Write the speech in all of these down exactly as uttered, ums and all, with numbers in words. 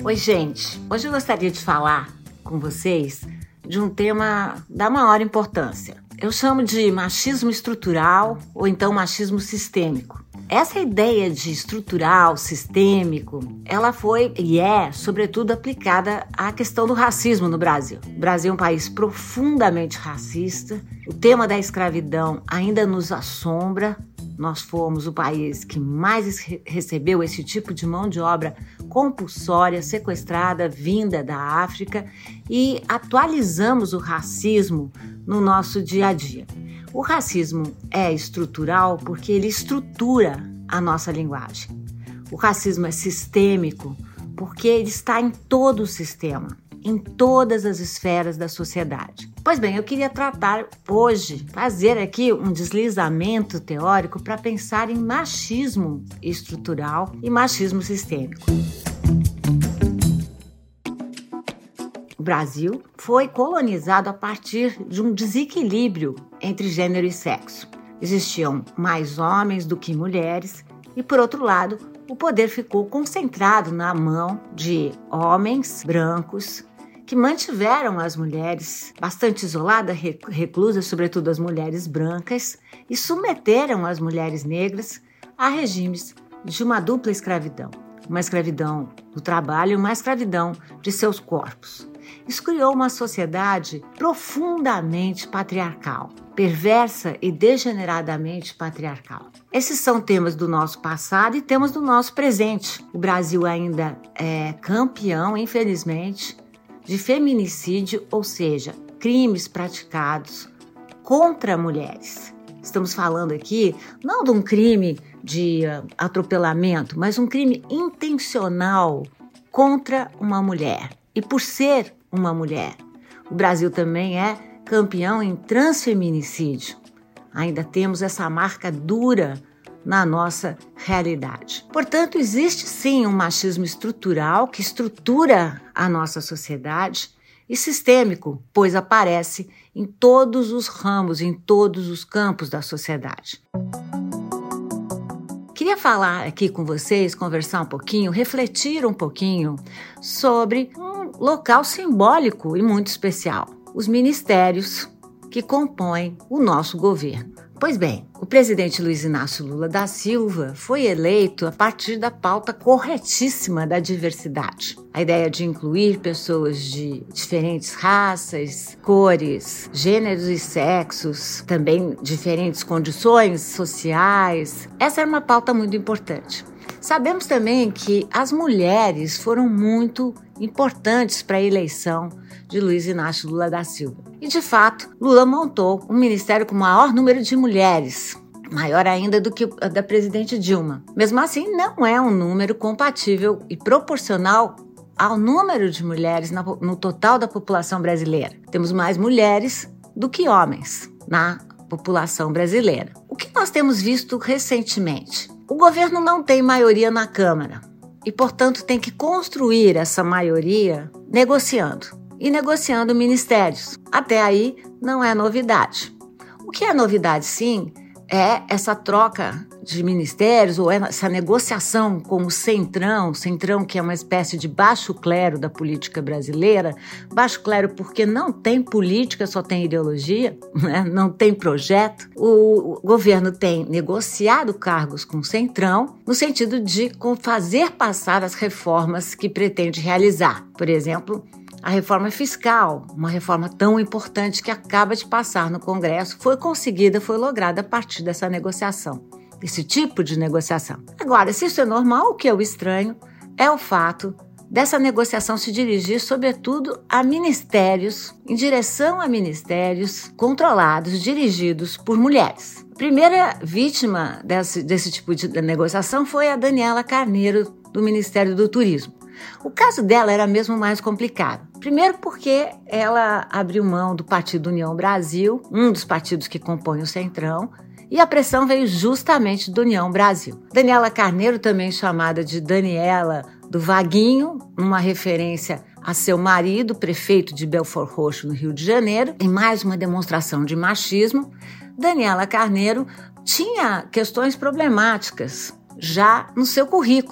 Oi, gente. Hoje eu gostaria de falar com vocês de um tema da maior importância. Eu chamo de machismo estrutural ou então machismo sistêmico. Essa ideia de estrutural, sistêmico, ela foi e é, sobretudo, aplicada à questão do racismo no Brasil. O Brasil é um país profundamente racista. O tema da escravidão ainda nos assombra. Nós fomos o país que mais recebeu esse tipo de mão de obra compulsória, sequestrada, vinda da África, e atualizamos o racismo no nosso dia a dia. O racismo é estrutural porque ele estrutura a nossa linguagem. O racismo é sistêmico porque ele está em todo o sistema, em todas as esferas da sociedade. Pois bem, eu queria tratar hoje, fazer aqui um deslizamento teórico para pensar em machismo estrutural e machismo sistêmico. O Brasil foi colonizado a partir de um desequilíbrio entre gênero e sexo. Existiam mais homens do que mulheres e, por outro lado, o poder ficou concentrado na mão de homens brancos que mantiveram as mulheres bastante isoladas, reclusas, sobretudo as mulheres brancas, e submeteram as mulheres negras a regimes de uma dupla escravidão. Uma escravidão do trabalho e uma escravidão de seus corpos. Isso criou uma sociedade profundamente patriarcal, perversa e degeneradamente patriarcal. Esses são temas do nosso passado e temas do nosso presente. O Brasil ainda é campeão, infelizmente, de feminicídio, ou seja, crimes praticados contra mulheres. Estamos falando aqui não de um crime de uh, atropelamento, mas um crime intencional contra uma mulher. E por ser uma mulher, o Brasil também é campeão em transfeminicídio. Ainda temos essa marca dura na nossa realidade. Portanto, existe sim um machismo estrutural que estrutura a nossa sociedade e sistêmico, pois aparece em todos os ramos, em todos os campos da sociedade. Queria falar aqui com vocês, conversar um pouquinho, refletir um pouquinho sobre um local simbólico e muito especial, os ministérios que compõem o nosso governo. Pois bem, o presidente Luiz Inácio Lula da Silva foi eleito a partir da pauta corretíssima da diversidade. A ideia de incluir pessoas de diferentes raças, cores, gêneros e sexos, também diferentes condições sociais. Essa era uma pauta muito importante. Sabemos também que as mulheres foram muito importantes para a eleição de Luiz Inácio Lula da Silva. E, de fato, Lula montou um ministério com o maior número de mulheres, maior ainda do que o da presidente Dilma. Mesmo assim, não é um número compatível e proporcional ao número de mulheres no total da população brasileira. Temos mais mulheres do que homens na população brasileira. O que nós temos visto recentemente? O governo não tem maioria na Câmara e, portanto, tem que construir essa maioria negociando. E negociando ministérios. Até aí não é novidade. O que é novidade, sim, é essa troca de ministérios ou essa negociação com o Centrão, Centrão que é uma espécie de baixo clero da política brasileira, baixo clero porque não tem política, só tem ideologia, né? Não tem projeto. O governo tem negociado cargos com o Centrão no sentido de fazer passar as reformas que pretende realizar. Por exemplo, a reforma fiscal, uma reforma tão importante que acaba de passar no Congresso, foi conseguida, foi lograda a partir dessa negociação, desse tipo de negociação. Agora, se isso é normal, o que eu estranho é o fato dessa negociação se dirigir, sobretudo, a ministérios, em direção a ministérios controlados, dirigidos por mulheres. A primeira vítima desse, desse tipo de negociação foi a Daniela Carneiro, do Ministério do Turismo. O caso dela era mesmo mais complicado. Primeiro porque ela abriu mão do Partido União Brasil, um dos partidos que compõem o Centrão, e a pressão veio justamente do União Brasil. Daniela Carneiro, também chamada de Daniela do Vaguinho, uma referência a seu marido, prefeito de Belford Roxo, no Rio de Janeiro, em mais uma demonstração de machismo, Daniela Carneiro tinha questões problemáticas já no seu currículo.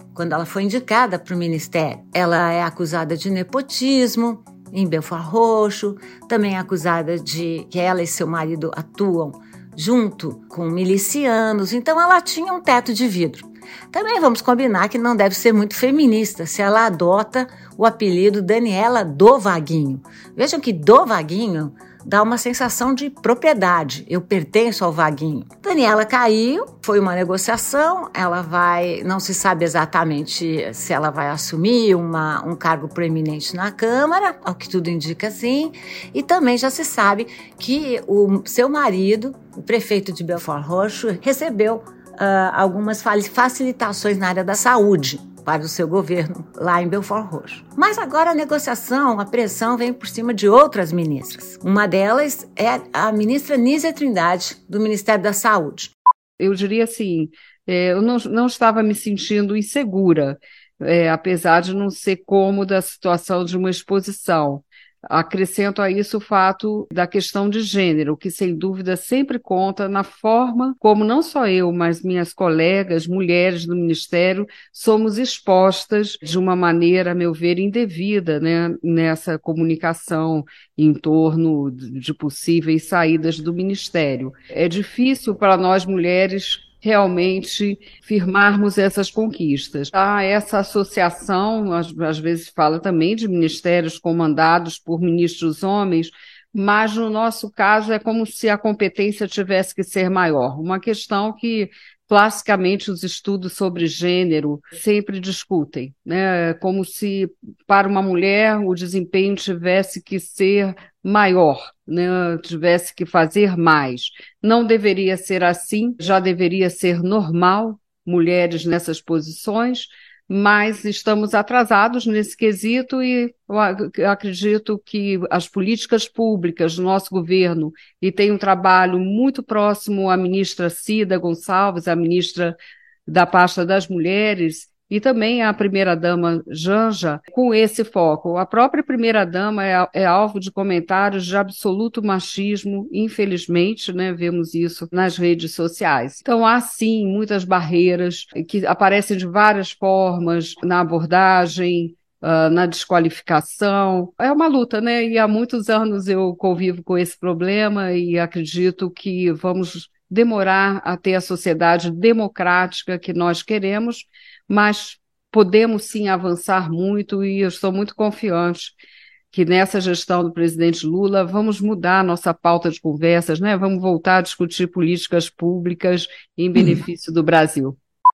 quando ela foi indicada para o ministério. Ela é acusada de nepotismo em Belford Roxo, também é acusada de que ela e seu marido atuam junto com milicianos, então ela tinha um teto de vidro. Também vamos combinar que não deve ser muito feminista se ela adota o apelido Daniela do Vaguinho. Vejam que do Vaguinho dá uma sensação de propriedade, eu pertenço ao Vaguinho. Daniela caiu, foi uma negociação, ela vai, não se sabe exatamente se ela vai assumir uma, um cargo proeminente na Câmara, ao que tudo indica sim, e também já se sabe que o seu marido, o prefeito de Belford Roxo, recebeu Uh, algumas facilitações na área da saúde para o seu governo lá em Belford Roxo. Mas agora a negociação, a pressão vem por cima de outras ministras. Uma delas é a ministra Nízia Trindade, do Ministério da Saúde. Eu diria assim, é, eu não, não estava me sentindo insegura, é, apesar de não ser cômoda a situação de uma exposição. Acrescento a isso o fato da questão de gênero, que sem dúvida sempre conta na forma como não só eu, mas minhas colegas, mulheres do Ministério, somos expostas de uma maneira, a meu ver, indevida, né, nessa comunicação em torno de possíveis saídas do Ministério. É difícil para nós mulheres realmente firmarmos essas conquistas. Há essa associação, às, às vezes fala também de ministérios comandados por ministros homens, mas no nosso caso é como se a competência tivesse que ser maior. Uma questão que classicamente os estudos sobre gênero sempre discutem, né? Como se para uma mulher o desempenho tivesse que ser maior, né? Tivesse que fazer mais. Não deveria ser assim, já deveria ser normal mulheres nessas posições, mas estamos atrasados nesse quesito e eu acredito que as políticas públicas do nosso governo, e tem um trabalho muito próximo à ministra Cida Gonçalves, a ministra da pasta das mulheres, e também a primeira-dama Janja, com esse foco. A própria primeira-dama é, é alvo de comentários de absoluto machismo, infelizmente, né, vemos isso nas redes sociais. Então, há sim muitas barreiras que aparecem de várias formas na abordagem, uh, na desqualificação. É uma luta, né? E há muitos anos eu convivo com esse problema e acredito que vamos demorar a ter a sociedade democrática que nós queremos, mas podemos sim avançar muito e eu estou muito confiante que nessa gestão do presidente Lula vamos mudar a nossa pauta de conversas, né? Vamos voltar a discutir políticas públicas em benefício do Brasil.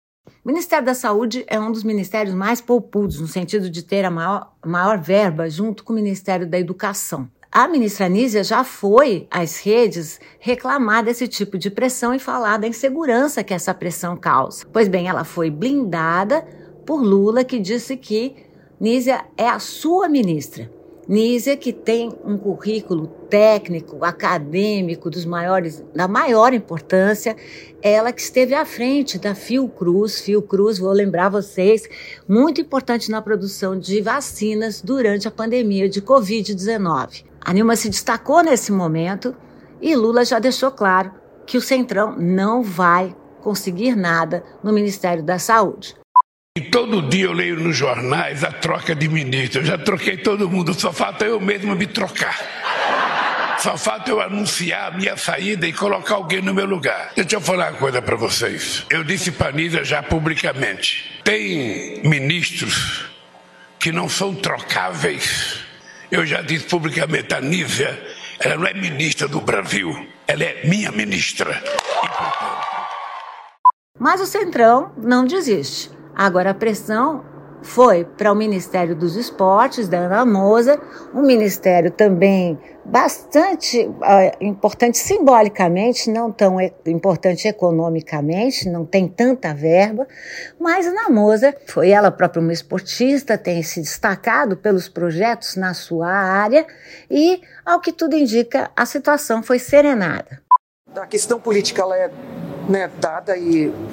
O Ministério da Saúde é um dos ministérios mais poupudos, no sentido de ter a maior, maior verba junto com o Ministério da Educação. A ministra Nízia já foi às redes reclamar desse tipo de pressão e falar da insegurança que essa pressão causa. Pois bem, ela foi blindada por Lula, que disse que Nízia é a sua ministra. Nízia, que tem um currículo técnico, acadêmico, dos maiores, da maior importância, ela que esteve à frente da Fiocruz. Fiocruz, vou lembrar vocês, muito importante na produção de vacinas durante a pandemia de covid dezenove. A Nilma se destacou nesse momento e Lula já deixou claro que o Centrão não vai conseguir nada no Ministério da Saúde. E todo dia eu leio nos jornais a troca de ministro. Eu já troquei todo mundo, só falta eu mesmo me trocar. Só falta eu anunciar a minha saída e colocar alguém no meu lugar. Deixa eu falar uma coisa para vocês. Eu disse para a Nízia já publicamente. Tem ministros que não são trocáveis. Eu já disse publicamente, a Nízia, ela não é ministra do Brasil, ela é minha ministra. Mas o Centrão não desiste. Agora a pressão foi para o Ministério dos Esportes, da Ana Moser, um ministério também bastante uh, importante simbolicamente, não tão e- importante economicamente, não tem tanta verba, mas Ana Moser foi ela própria uma esportista, tem se destacado pelos projetos na sua área e, ao que tudo indica, a situação foi serenada. A questão política ela é, né, dada e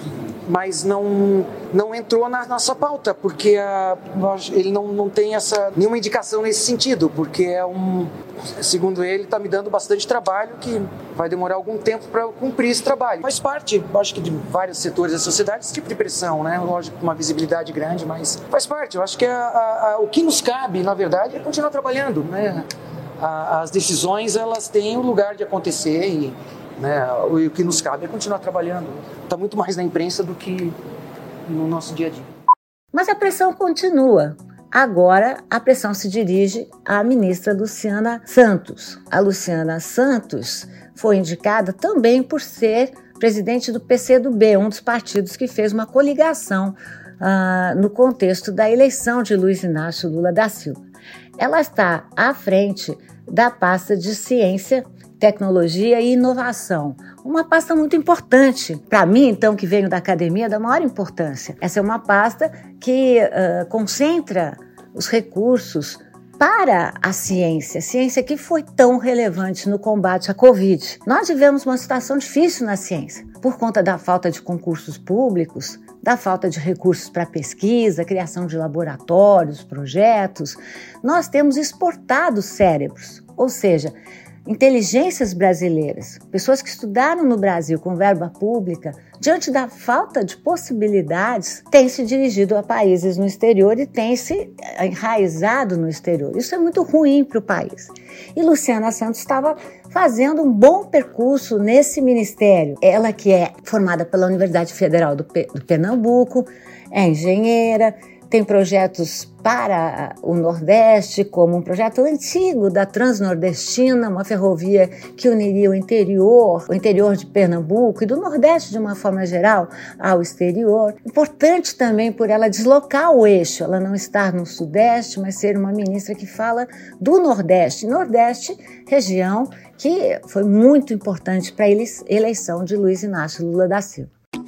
mas não, não entrou na nossa pauta, porque a, ele não, não tem essa, nenhuma indicação nesse sentido, porque é um, segundo ele, está me dando bastante trabalho, que vai demorar algum tempo para eu cumprir esse trabalho. Faz parte, acho que de vários setores da sociedade, esse tipo de pressão, né? Lógico, uma visibilidade grande, mas faz parte. Eu acho que a, a, a, o que nos cabe, na verdade, é continuar trabalhando, né? A, as decisões, elas têm o lugar de acontecer e, né, o, o que nos cabe é continuar trabalhando. Está muito mais na imprensa do que no nosso dia a dia. Mas a pressão continua. Agora, a pressão se dirige à ministra Luciana Santos. A Luciana Santos foi indicada também por ser presidente do P C do B, um dos partidos que fez uma coligação uh, no contexto da eleição de Luiz Inácio Lula da Silva. Ela está à frente da pasta de Ciência, Tecnologia e Inovação. Uma pasta muito importante. Para mim, então, que venho da academia, da maior importância. Essa é uma pasta que uh, concentra os recursos para a ciência, ciência que foi tão relevante no combate à Covid. Nós vivemos uma situação difícil na ciência, por conta da falta de concursos públicos, da falta de recursos para pesquisa, criação de laboratórios, projetos. Nós temos exportado cérebros, ou seja, inteligências brasileiras, pessoas que estudaram no Brasil com verba pública, diante da falta de possibilidades, têm se dirigido a países no exterior e têm se enraizado no exterior. Isso é muito ruim para o país. E Luciana Santos estava fazendo um bom percurso nesse ministério. Ela que é formada pela Universidade Federal do, P- do Pernambuco, é engenheira, tem projetos para o Nordeste, como um projeto antigo da Transnordestina, uma ferrovia que uniria o interior, o interior de Pernambuco e do Nordeste de uma forma geral ao exterior. Importante também por ela deslocar o eixo, ela não estar no Sudeste, mas ser uma ministra que fala do Nordeste. Nordeste, região que foi muito importante para a eleição de Luiz Inácio Lula da Silva.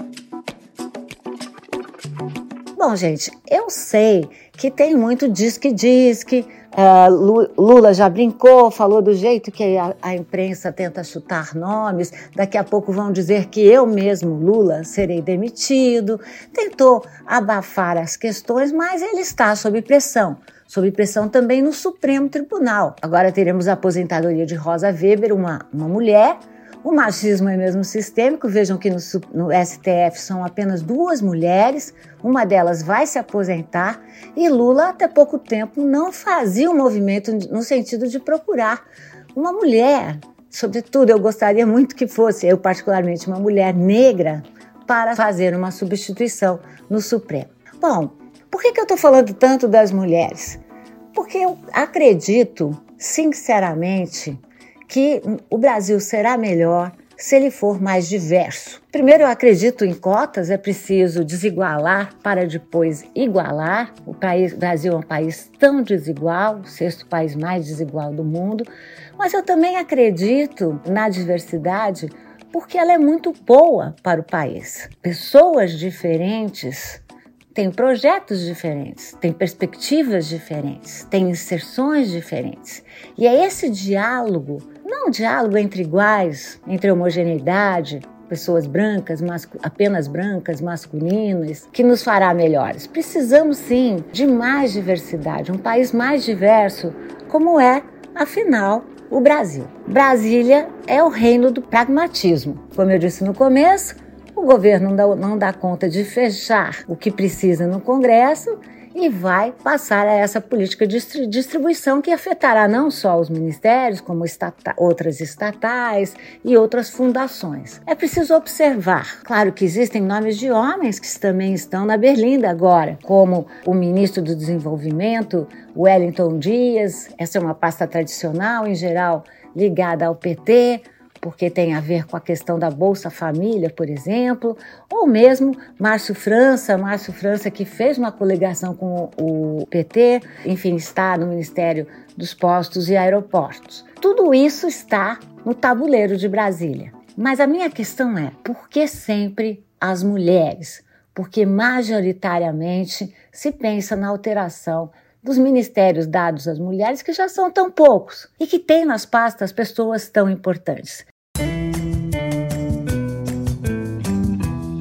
Bom, gente, eu sei que tem muito diz-que-diz-que, uh, Lula já brincou, falou do jeito que a, a imprensa tenta chutar nomes, daqui a pouco vão dizer que eu mesmo, Lula, serei demitido, tentou abafar as questões, mas ele está sob pressão, sob pressão também no Supremo Tribunal. Agora teremos a aposentadoria de Rosa Weber, uma, uma mulher. O machismo é mesmo sistêmico, vejam que no, no S T F são apenas duas mulheres, uma delas vai se aposentar e Lula até pouco tempo não fazia um movimento no sentido de procurar uma mulher, sobretudo eu gostaria muito que fosse, eu particularmente, uma mulher negra para fazer uma substituição no Supremo. Bom, por que, que eu estou falando tanto das mulheres? Porque eu acredito, sinceramente, que o Brasil será melhor se ele for mais diverso. Primeiro, eu acredito em cotas, é preciso desigualar para depois igualar. O país, o Brasil é um país tão desigual, o sexto país mais desigual do mundo, mas eu também acredito na diversidade porque ela é muito boa para o país. Pessoas diferentes têm projetos diferentes, têm perspectivas diferentes, têm inserções diferentes. E é esse diálogo, não um diálogo entre iguais, entre homogeneidade, pessoas brancas, mascu- apenas brancas, masculinas, que nos fará melhores. Precisamos, sim, de mais diversidade, um país mais diverso, como é, afinal, o Brasil. Brasília é o reino do pragmatismo. Como eu disse no começo, o governo não dá, não dá conta de fechar o que precisa no Congresso e vai passar a essa política de distribuição que afetará não só os ministérios, como estata- outras estatais e outras fundações. É preciso observar. Claro que existem nomes de homens que também estão na berlinda agora, como o ministro do Desenvolvimento, Wellington Dias. Essa é uma pasta tradicional, em geral, ligada ao P T, porque tem a ver com a questão da Bolsa Família, por exemplo, ou mesmo Márcio França, Márcio França que fez uma coligação com o P T, enfim, está no Ministério dos Postos e Aeroportos. Tudo isso está no tabuleiro de Brasília. Mas a minha questão é, por que sempre as mulheres? Porque majoritariamente se pensa na alteração dos ministérios dados às mulheres, que já são tão poucos, e que têm nas pastas pessoas tão importantes.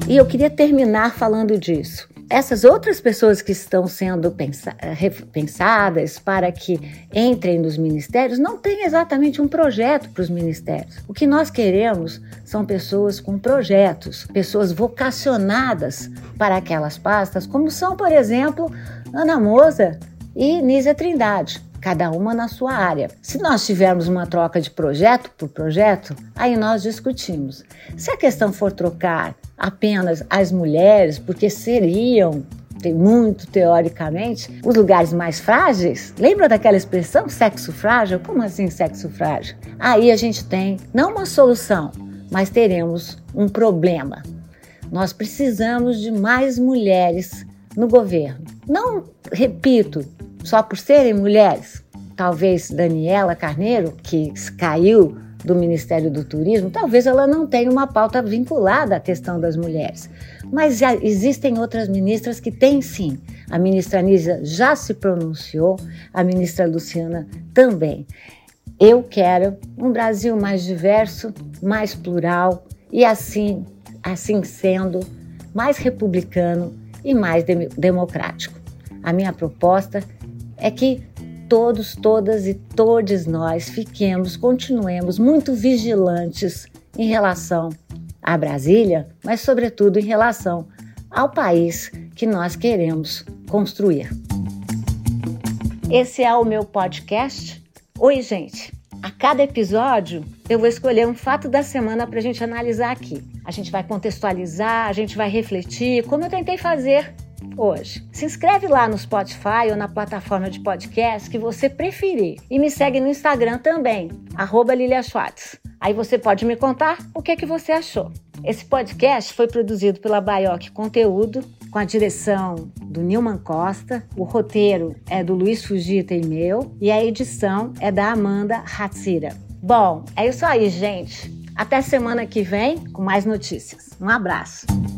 E eu queria terminar falando disso. Essas outras pessoas que estão sendo pensa- pensadas para que entrem nos ministérios não têm exatamente um projeto para os ministérios. O que nós queremos são pessoas com projetos, pessoas vocacionadas para aquelas pastas, como são, por exemplo, Ana Moser e Nízia Trindade, cada uma na sua área. Se nós tivermos uma troca de projeto por projeto, aí nós discutimos. Se a questão for trocar apenas as mulheres, porque seriam, tem muito teoricamente, os lugares mais frágeis, lembra daquela expressão sexo frágil? Como assim sexo frágil? Aí a gente tem não uma solução, mas teremos um problema. Nós precisamos de mais mulheres no governo. Não, repito, só por serem mulheres. Talvez Daniela Carneiro, que caiu do Ministério do Turismo, talvez ela não tenha uma pauta vinculada à questão das mulheres. Mas já existem outras ministras que têm sim. A ministra Nízia já se pronunciou, a ministra Luciana também. Eu quero um Brasil mais diverso, mais plural e assim, assim sendo, mais republicano e mais de- democrático. A minha proposta é que todos, todas e todos nós fiquemos, continuemos muito vigilantes em relação a Brasília, mas sobretudo em relação ao país que nós queremos construir. Esse é o meu podcast. Oi, gente! A cada episódio eu vou escolher um fato da semana para a gente analisar aqui. A gente vai contextualizar, a gente vai refletir, como eu tentei fazer hoje. Se inscreve lá no Spotify ou na plataforma de podcast que você preferir. E me segue no Instagram também, arroba Lilia Schwartz. Aí você pode me contar o que, é que você achou. Esse podcast foi produzido pela Baioc Conteúdo, com a direção do Nilman Costa, o roteiro é do Luiz Fugita e meu, e a edição é da Amanda Hatsira. Bom, é isso aí, gente. Até semana que vem com mais notícias. Um abraço.